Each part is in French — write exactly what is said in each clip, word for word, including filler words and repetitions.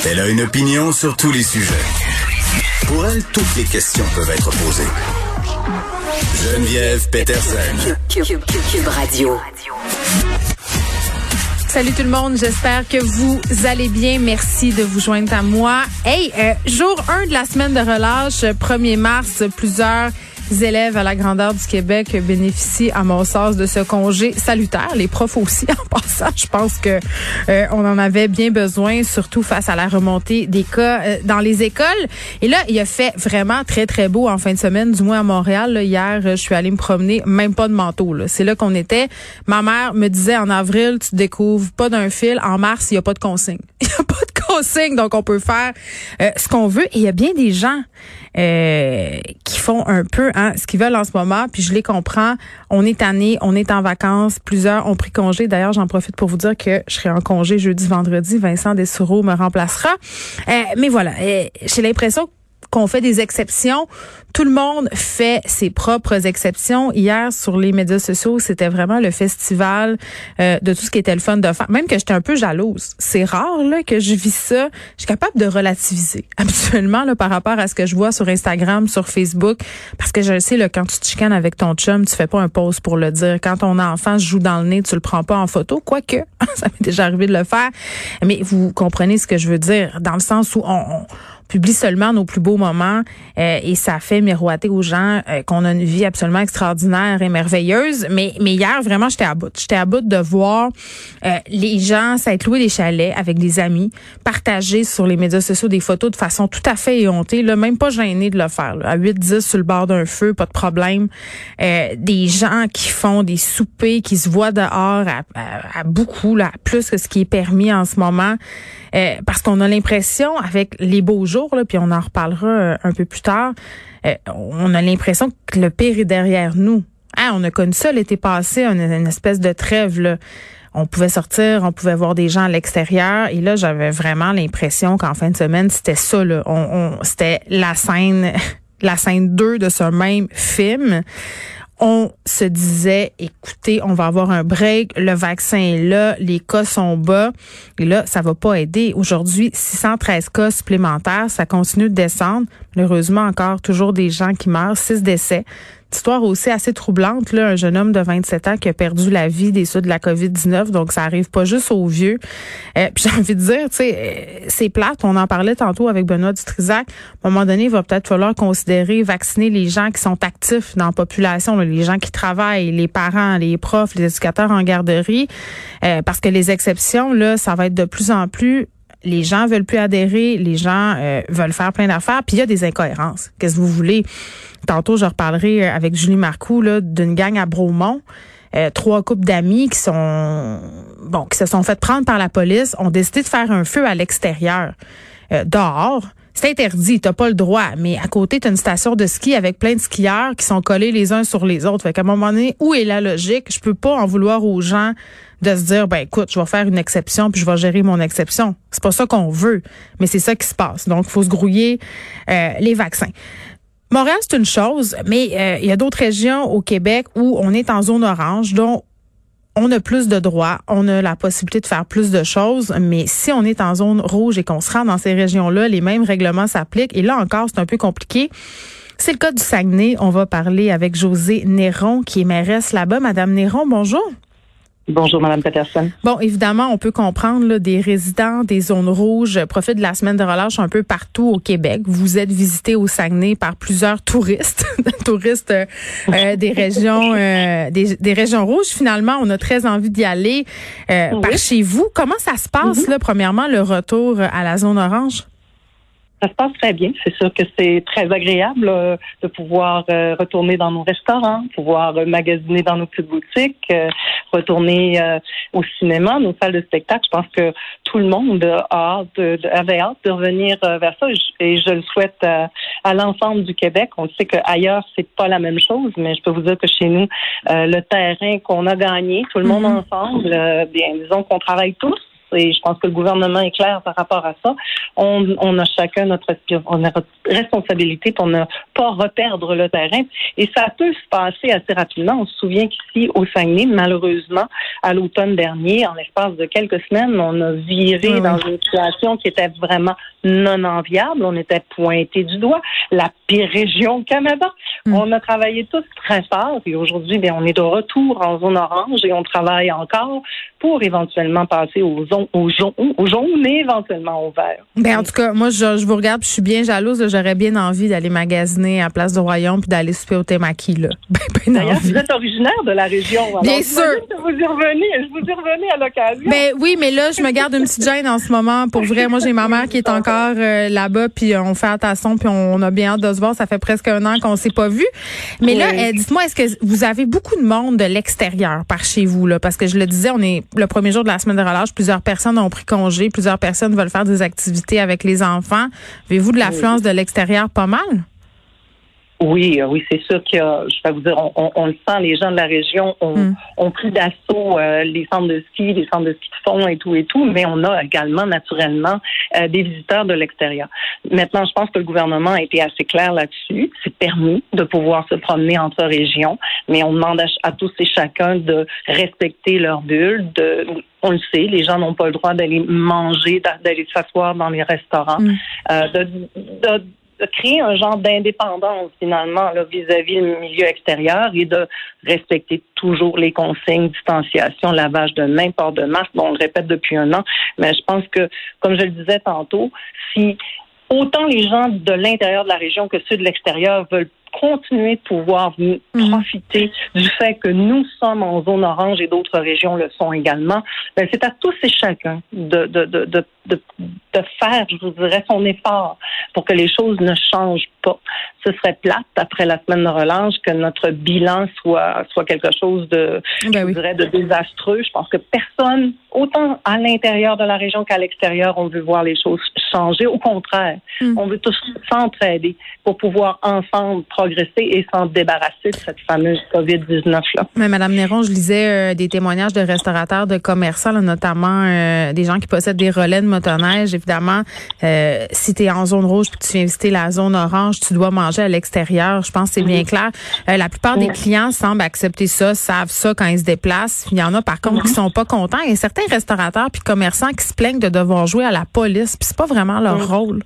Elle a une opinion sur tous les sujets. Pour elle, toutes les questions peuvent être posées. Geneviève Peterson. Cube, Cube, Cube, Cube Radio. Salut tout le monde, j'espère que vous allez bien. Merci de vous joindre à moi. Hey, euh, jour un de la semaine de relâche, premier mars, plusieurs élèves à la grandeur du Québec bénéficient à mon sens de ce congé salutaire. Les profs aussi, en passant, je pense que euh, on en avait bien besoin, surtout face à la remontée des cas euh, dans les écoles. Et là, il a fait vraiment très, très beau en fin de semaine, du moins à Montréal. Là, hier, je suis allée me promener, même pas de manteau. Là. C'est là qu'on était. Ma mère me disait, en avril, tu te découvres pas d'un fil. En mars, il n'y a pas de consigne. Il n'y a pas de consigne, donc on peut faire euh, ce qu'on veut. Et il y a bien des gens euh, qui font un peu hein, ce qu'ils veulent en ce moment, puis je les comprends. On est tanné, on est en vacances. Plusieurs ont pris congé. D'ailleurs, j'en profite pour vous dire que je serai en congé jeudi, vendredi. Vincent Dessoureau me remplacera. Euh, mais voilà, euh, j'ai l'impression qu'on fait des exceptions. Tout le monde fait ses propres exceptions. Hier, sur les médias sociaux, c'était vraiment le festival euh, de tout ce qui était le fun de faire. Même que j'étais un peu jalouse. C'est rare là que je vis ça. Je suis capable de relativiser habituellement là, par rapport à ce que je vois sur Instagram, sur Facebook. Parce que je sais, là, quand tu te chicanes avec ton chum, tu fais pas un pause pour le dire. Quand ton enfant se joue dans le nez, tu le prends pas en photo. Quoique, ça m'est déjà arrivé de le faire. Mais vous comprenez ce que je veux dire. Dans le sens où on... on publie seulement nos plus beaux moments euh, et ça fait miroiter aux gens euh, qu'on a une vie absolument extraordinaire et merveilleuse. Mais, mais hier, vraiment, j'étais à bout. J'étais à bout de voir euh, les gens s'être loués des chalets avec des amis, partager sur les médias sociaux des photos de façon tout à fait éhontée, là, même pas gênée de le faire. Là, à huit dix sur le bord d'un feu, pas de problème. Euh, des gens qui font des soupers, qui se voient dehors à, à, à beaucoup, là, plus que ce qui est permis en ce moment. Euh, parce qu'on a l'impression, avec les beaux jours, là, puis on en reparlera euh, un peu plus tard, euh, on a l'impression que le pire est derrière nous. Hein, on a connu ça l'été passé, une, une espèce de trêve. Là. On pouvait sortir, on pouvait voir des gens à l'extérieur. Et là, j'avais vraiment l'impression qu'en fin de semaine, c'était ça. Là. On, on, c'était la scène, la scène deux de ce même film. On se disait, écoutez, on va avoir un break, le vaccin est là, les cas sont bas, et là, ça va pas aider. Aujourd'hui, six cent treize cas supplémentaires, ça continue de descendre. Malheureusement, encore toujours des gens qui meurent, six décès. Une histoire aussi assez troublante, là, un jeune homme de vingt-sept ans qui a perdu la vie des suites de la covid dix-neuf, donc ça arrive pas juste aux vieux. Euh, puis j'ai envie de dire, tu sais, euh, c'est plate, on en parlait tantôt avec Benoît Dutrisac. À un moment donné, il va peut-être falloir considérer vacciner les gens qui sont actifs dans la population, là, les gens qui travaillent, les parents, les profs, les éducateurs en garderie, euh, parce que les exceptions, là, ça va être de plus en plus... Les gens veulent plus adhérer, les gens euh, veulent faire plein d'affaires, puis il y a des incohérences. Qu'est-ce que vous voulez? Tantôt, je reparlerai avec Julie Marcoux là, d'une gang à Bromont. Euh, trois couples d'amis qui sont bon, qui se sont fait prendre par la police, ont décidé de faire un feu à l'extérieur, euh, dehors. C'est interdit, t'as pas le droit. Mais à côté, t'as une station de ski avec plein de skieurs qui sont collés les uns sur les autres. Fait qu'à un moment donné, où est la logique? Je peux pas en vouloir aux gens de se dire, ben écoute, je vais faire une exception puis je vais gérer mon exception. C'est pas ça qu'on veut, mais c'est ça qui se passe. Donc, il faut se grouiller euh, les vaccins. Montréal, c'est une chose, mais euh, il y a d'autres régions au Québec où on est en zone orange, donc on a plus de droits, on a la possibilité de faire plus de choses, mais si on est en zone rouge et qu'on se rend dans ces régions-là, les mêmes règlements s'appliquent. Et là encore, c'est un peu compliqué. C'est le cas du Saguenay. On va parler avec Josée Néron, qui est mairesse là-bas. Madame Néron, bonjour. Bonjour, Madame Peterson. Bon, évidemment, on peut comprendre là, des résidents des zones rouges profitent de la semaine de relâche un peu partout au Québec. Vous êtes visité au Saguenay par plusieurs touristes, touristes euh, des régions euh, des, des régions rouges. Finalement, on a très envie d'y aller euh, oui. par chez vous. Comment ça se passe, mm-hmm. là, premièrement, le retour à la zone orange? Ça se passe très bien. C'est sûr que c'est très agréable euh, de pouvoir euh, retourner dans nos restaurants, pouvoir euh, magasiner dans nos petites boutiques, euh, retourner euh, au cinéma, nos salles de spectacle. Je pense que tout le monde a hâte de, de, avait hâte de revenir euh, vers ça et je, et je le souhaite à, à l'ensemble du Québec. On sait qu'ailleurs, c'est pas la même chose, mais je peux vous dire que chez nous, euh, le terrain qu'on a gagné, tout le monde mm-hmm. ensemble, euh, bien, disons qu'on travaille tous et je pense que le gouvernement est clair par rapport à ça. On, on a chacun notre, on a notre responsabilité pour ne pas reperdre le terrain. Et ça peut se passer assez rapidement. On se souvient qu'ici, au Saguenay, malheureusement, à l'automne dernier, en l'espace de quelques semaines, on a viré oui, dans oui. une situation qui était vraiment non enviable. On était pointé du doigt. La pire région au Canada. Mm. On a travaillé tous très fort et aujourd'hui, bien, on est de retour en zone orange et on travaille encore pour éventuellement passer aux zones, aux jaunes, aux jaunes et éventuellement au vert. Ben, en tout cas, moi, je, je vous regarde, je suis bien jalouse. Là, j'aurais bien envie d'aller magasiner à Place du Royaume puis d'aller souper au Temaki, là. Ben, ben D'ailleurs, envie. Vous êtes originaire de la région. Alors, bien sûr. Je vous y revenez, je vous y revenez à l'occasion. Ben oui, mais là, je me garde une petite gêne en ce moment. Pour vrai, moi, j'ai ma mère qui est encore euh, là-bas puis on fait attention puis on a bien hâte de se voir. Ça fait presque un an qu'on s'est pas vu. Mais oui. là, euh, dites-moi, est-ce que vous avez beaucoup de monde de l'extérieur par chez vous, là? Parce que je le disais, on est le premier jour de la semaine de relâche. Plusieurs personnes ont pris congé. Plusieurs personnes veulent faire des activités avec les enfants. Avez-vous de l'affluence oui. de l'extérieur pas mal? Oui, oui, c'est sûr que je vais vous dire, on, on, on le sent, les gens de la région ont, mm. ont pris d'assaut euh, les centres de ski, les centres de ski de fond et tout et tout, mais on a également naturellement euh, des visiteurs de l'extérieur. Maintenant, je pense que le gouvernement a été assez clair là-dessus. C'est permis de pouvoir se promener entre régions, mais on demande à, à tous et chacun de respecter leur bulle, de on le sait, les gens n'ont pas le droit d'aller manger, d'aller s'asseoir dans les restaurants, mm. euh, de, de de créer un genre d'indépendance, finalement, là, vis-à-vis le milieu extérieur et de respecter toujours les consignes, distanciation, lavage de mains, port de masque. Bon, on le répète depuis un an, mais je pense que, comme je le disais tantôt, si autant les gens de l'intérieur de la région que ceux de l'extérieur veulent continuer de pouvoir mmh. profiter du fait que nous sommes en zone orange et d'autres régions le sont également, ben c'est à tous et chacun de, de, de, de, de, de faire, je vous dirais, son effort pour que les choses ne changent pas. Ce serait plate, après la semaine de relâche, que notre bilan soit, soit quelque chose de, ben je oui. dirais, de désastreux. Je pense que personne, autant à l'intérieur de la région qu'à l'extérieur, on veut voir les choses changer. Au contraire, mmh. on veut tous s'entraider pour pouvoir ensemble progresser et s'en débarrasser de cette fameuse covid dix-neuf-là. Mais Madame Néron, je lisais euh, des témoignages de restaurateurs, de commerçants, là, notamment euh, des gens qui possèdent des relais de motoneige. Évidemment, euh, si tu es en zone rouge puis que tu viens visiter la zone orange, tu dois manger à l'extérieur. Je pense que c'est bien mm-hmm. clair. Euh, la plupart mm-hmm. des clients semblent accepter ça, savent ça quand ils se déplacent. Il y en a, par contre, mm-hmm. qui sont pas contents. Il y a certains restaurateurs puis commerçants qui se plaignent de devoir jouer à la police, puis c'est pas vraiment leur mm-hmm. rôle.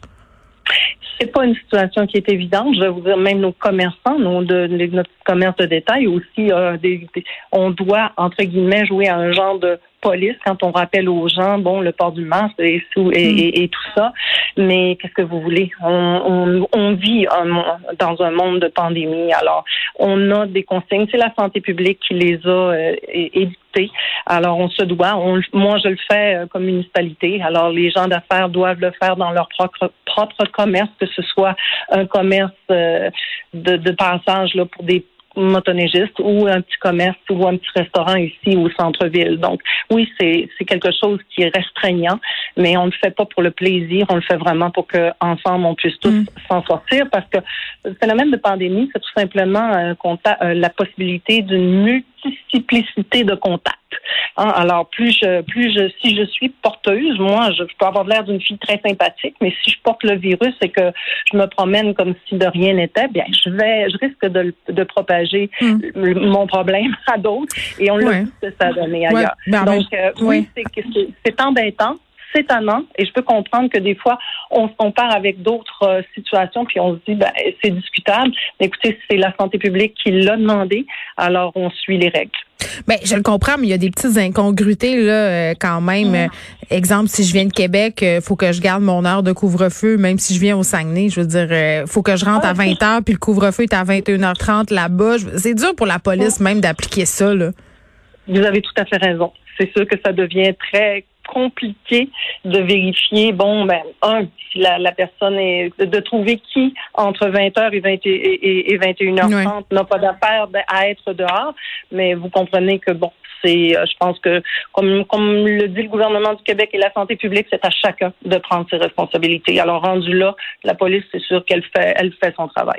C'est pas une situation qui est évidente. Je vais vous dire, même nos commerçants, nos, de, de, notre commerce de détail aussi, euh, des, des, on doit, entre guillemets, jouer à un genre de police quand on rappelle aux gens, bon, le port du masque et, et, mm. et, et tout ça. Mais qu'est-ce que vous voulez? On, on, on vit un, dans un monde de pandémie. Alors, on a des consignes. C'est la santé publique qui les a euh, édictées. Alors, on se doit. On, moi, je le fais euh, comme municipalité. Alors, les gens d'affaires doivent le faire dans leur propre, propre commerce, que ce soit un commerce euh, de, de passage là pour des motoneigistes ou un petit commerce ou un petit restaurant ici au centre-ville. Donc, oui, c'est c'est quelque chose qui est restreignant, mais on ne le fait pas pour le plaisir, on le fait vraiment pour que ensemble on puisse tous mmh. s'en sortir, parce que le phénomène de pandémie, c'est tout simplement euh, contact, euh, la possibilité d'une multiplicité de contacts. Hein? Alors, plus je, plus je, si je suis porteuse, moi, je, je peux avoir l'air d'une fille très sympathique, mais si je porte le virus et que je me promène comme si de rien n'était, bien, je vais, je risque de, de propager mm. mon problème à d'autres, et on l'a vu que ça a donné ailleurs. Ouais. Ben, Donc, euh, oui, oui. c'est, c'est, c'est embêtant. C'est étonnant, et je peux comprendre que des fois, on se compare avec d'autres euh, situations, puis on se dit, ben, c'est discutable. Mais écoutez, c'est la santé publique qui l'a demandé, alors on suit les règles. Ben, je le comprends, mais il y a des petites incongruités là, euh, quand même. Mmh. Exemple, si je viens de Québec, il euh, faut que je garde mon heure de couvre-feu, même si je viens au Saguenay. Je veux dire, euh, faut que je rentre à vingt heures, puis le couvre-feu est à vingt et une heures trente là-bas. Je, c'est dur pour la police mmh. même d'appliquer ça, là. Vous avez tout à fait raison. C'est sûr que ça devient très compliqué de vérifier, bon, ben, un, si la, la personne est, de, de trouver qui, entre vingt heures et, vingt et, et, et vingt et une heures trente, oui. n'a pas d'affaire à être dehors, mais vous comprenez que, bon, c'est, je pense que, comme, comme le dit le gouvernement du Québec et la santé publique, c'est à chacun de prendre ses responsabilités. Alors, rendu là, la police, c'est sûr qu'elle fait, elle fait son travail.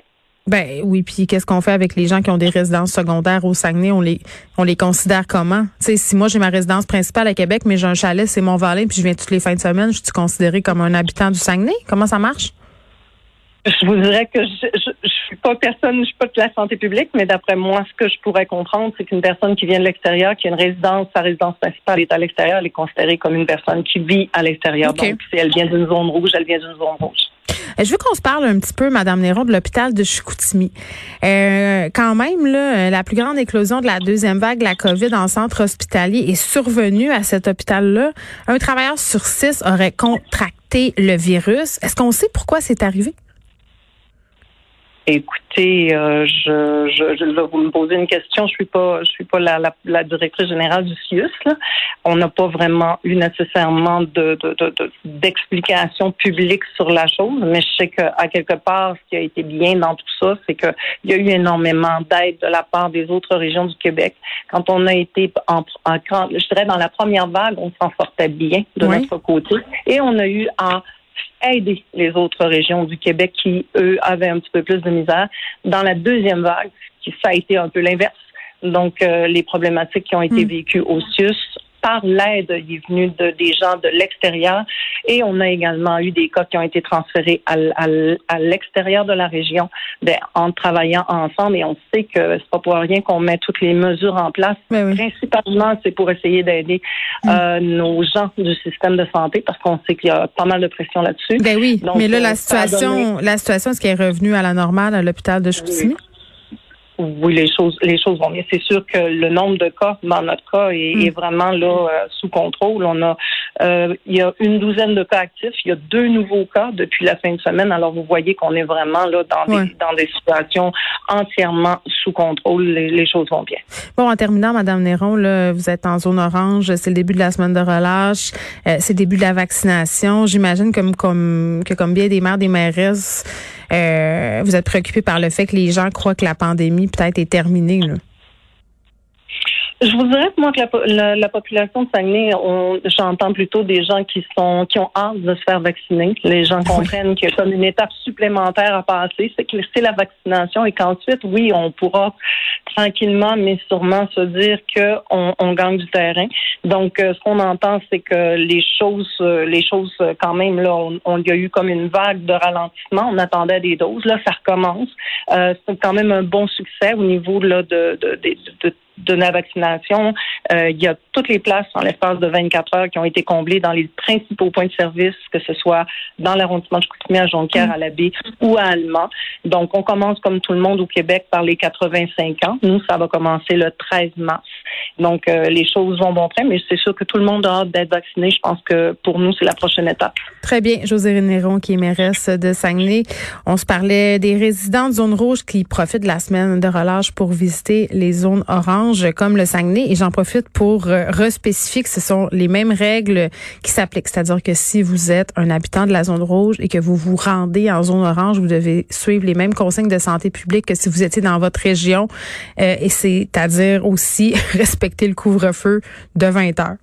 Ben oui, puis qu'est-ce qu'on fait avec les gens qui ont des résidences secondaires au Saguenay? On les on les considère comment? Tu sais, si moi j'ai ma résidence principale à Québec, mais j'ai un chalet, c'est Mont-Valin, puis je viens toutes les fins de semaine, je suis considérée comme un habitant du Saguenay? Comment ça marche? Je vous dirais que je, je, je suis pas personne, je suis pas de la santé publique, mais d'après moi, ce que je pourrais comprendre, c'est qu'une personne qui vient de l'extérieur, qui a une résidence, sa résidence principale est à l'extérieur, elle est considérée comme une personne qui vit à l'extérieur. Okay. Donc, si elle vient d'une zone rouge, elle vient d'une zone rouge. Je veux qu'on se parle un petit peu, Madame Néron, de l'hôpital de Chicoutimi. Euh, quand même, là, la plus grande éclosion de la deuxième vague de la COVID en centre hospitalier est survenue à cet hôpital-là. Un travailleur sur six aurait contracté le virus. Est-ce qu'on sait pourquoi c'est arrivé? Écoutez, euh, je, je, je, là, vous me posez une question. Je suis pas, je suis pas la, la, la directrice générale du C I U S. Là. On n'a pas vraiment eu nécessairement de, de, de, de d'explication publique sur la chose, mais je sais qu'à quelque part, ce qui a été bien dans tout ça, c'est que il y a eu énormément d'aide de la part des autres régions du Québec. Quand on a été en, en quand, je dirais dans la première vague, on s'en sortait bien de oui. notre côté, et on a eu en aider les autres régions du Québec qui, eux, avaient un petit peu plus de misère. Dans la deuxième vague, ça a été un peu l'inverse. Donc, euh, les problématiques qui ont été mmh. vécues au C I U S, par l'aide, il est venu de, des gens de l'extérieur. Et on a également eu des cas qui ont été transférés à, à, à l'extérieur de la région, ben, en travaillant ensemble. Et on sait que c'est pas pour rien qu'on met toutes les mesures en place. Mais oui. Principalement, c'est pour essayer d'aider mmh. euh, nos gens du système de santé, parce qu'on sait qu'il y a pas mal de pression là-dessus. Ben oui, donc, mais là, la euh, situation, donné... la situation, est-ce qu'elle est revenue à la normale à l'hôpital de Chicoutimi? Oui. Oui, les choses, les choses vont bien. C'est sûr que le nombre de cas, dans notre cas, est, mmh. est vraiment là euh, sous contrôle. On a, euh, il y a une douzaine de cas actifs. Il y a deux nouveaux cas depuis la fin de semaine. Alors vous voyez qu'on est vraiment là dans ouais. des dans des situations entièrement sous contrôle. Les, les choses vont bien. Bon, en terminant, Madame Néron, là, vous êtes en zone orange. C'est le début de la semaine de relâche. Euh, c'est le début de la vaccination. J'imagine comme comme que comme bien des maires, des mairesses. Euh, vous êtes préoccupé par le fait que les gens croient que la pandémie peut-être est terminée, là. Je vous dirais que moi, que la, la, la population de Saguenay, on, j'entends plutôt des gens qui sont qui ont hâte de se faire vacciner. Les gens comprennent qu'il y a comme une étape supplémentaire à passer, c'est que c'est la vaccination et qu'ensuite, oui, on pourra tranquillement, mais sûrement se dire que on, on gagne du terrain. Donc, euh, ce qu'on entend, c'est que les choses, euh, les choses quand même là, on, on y a eu comme une vague de ralentissement. On attendait des doses, là, ça recommence. Euh, c'est quand même un bon succès au niveau là de de, de, de de la vaccination. Euh, il y a toutes les places en l'espace de vingt-quatre heures qui ont été comblées dans les principaux points de service, que ce soit dans l'arrondissement de Chicoutimi, à Jonquière, mmh. à Labbé ou à Allemand. Donc, on commence comme tout le monde au Québec par les quatre-vingt-cinq ans. Nous, ça va commencer le treize mars. Donc, euh, les choses vont bon train, mais c'est sûr que tout le monde a hâte d'être vacciné. Je pense que pour nous, c'est la prochaine étape. Très bien. Josée Néron, qui est mairesse de Saguenay. On se parlait des résidents de zone rouge qui profitent de la semaine de relâche pour visiter les zones oranges comme le Saguenay. Et j'en profite pour euh, respécifier que ce sont les mêmes règles qui s'appliquent. C'est-à-dire que si vous êtes un habitant de la zone rouge et que vous vous rendez en zone orange, vous devez suivre les mêmes consignes de santé publique que si vous étiez dans votre région. Euh, et c'est-à-dire aussi respecter le couvre-feu de vingt heures.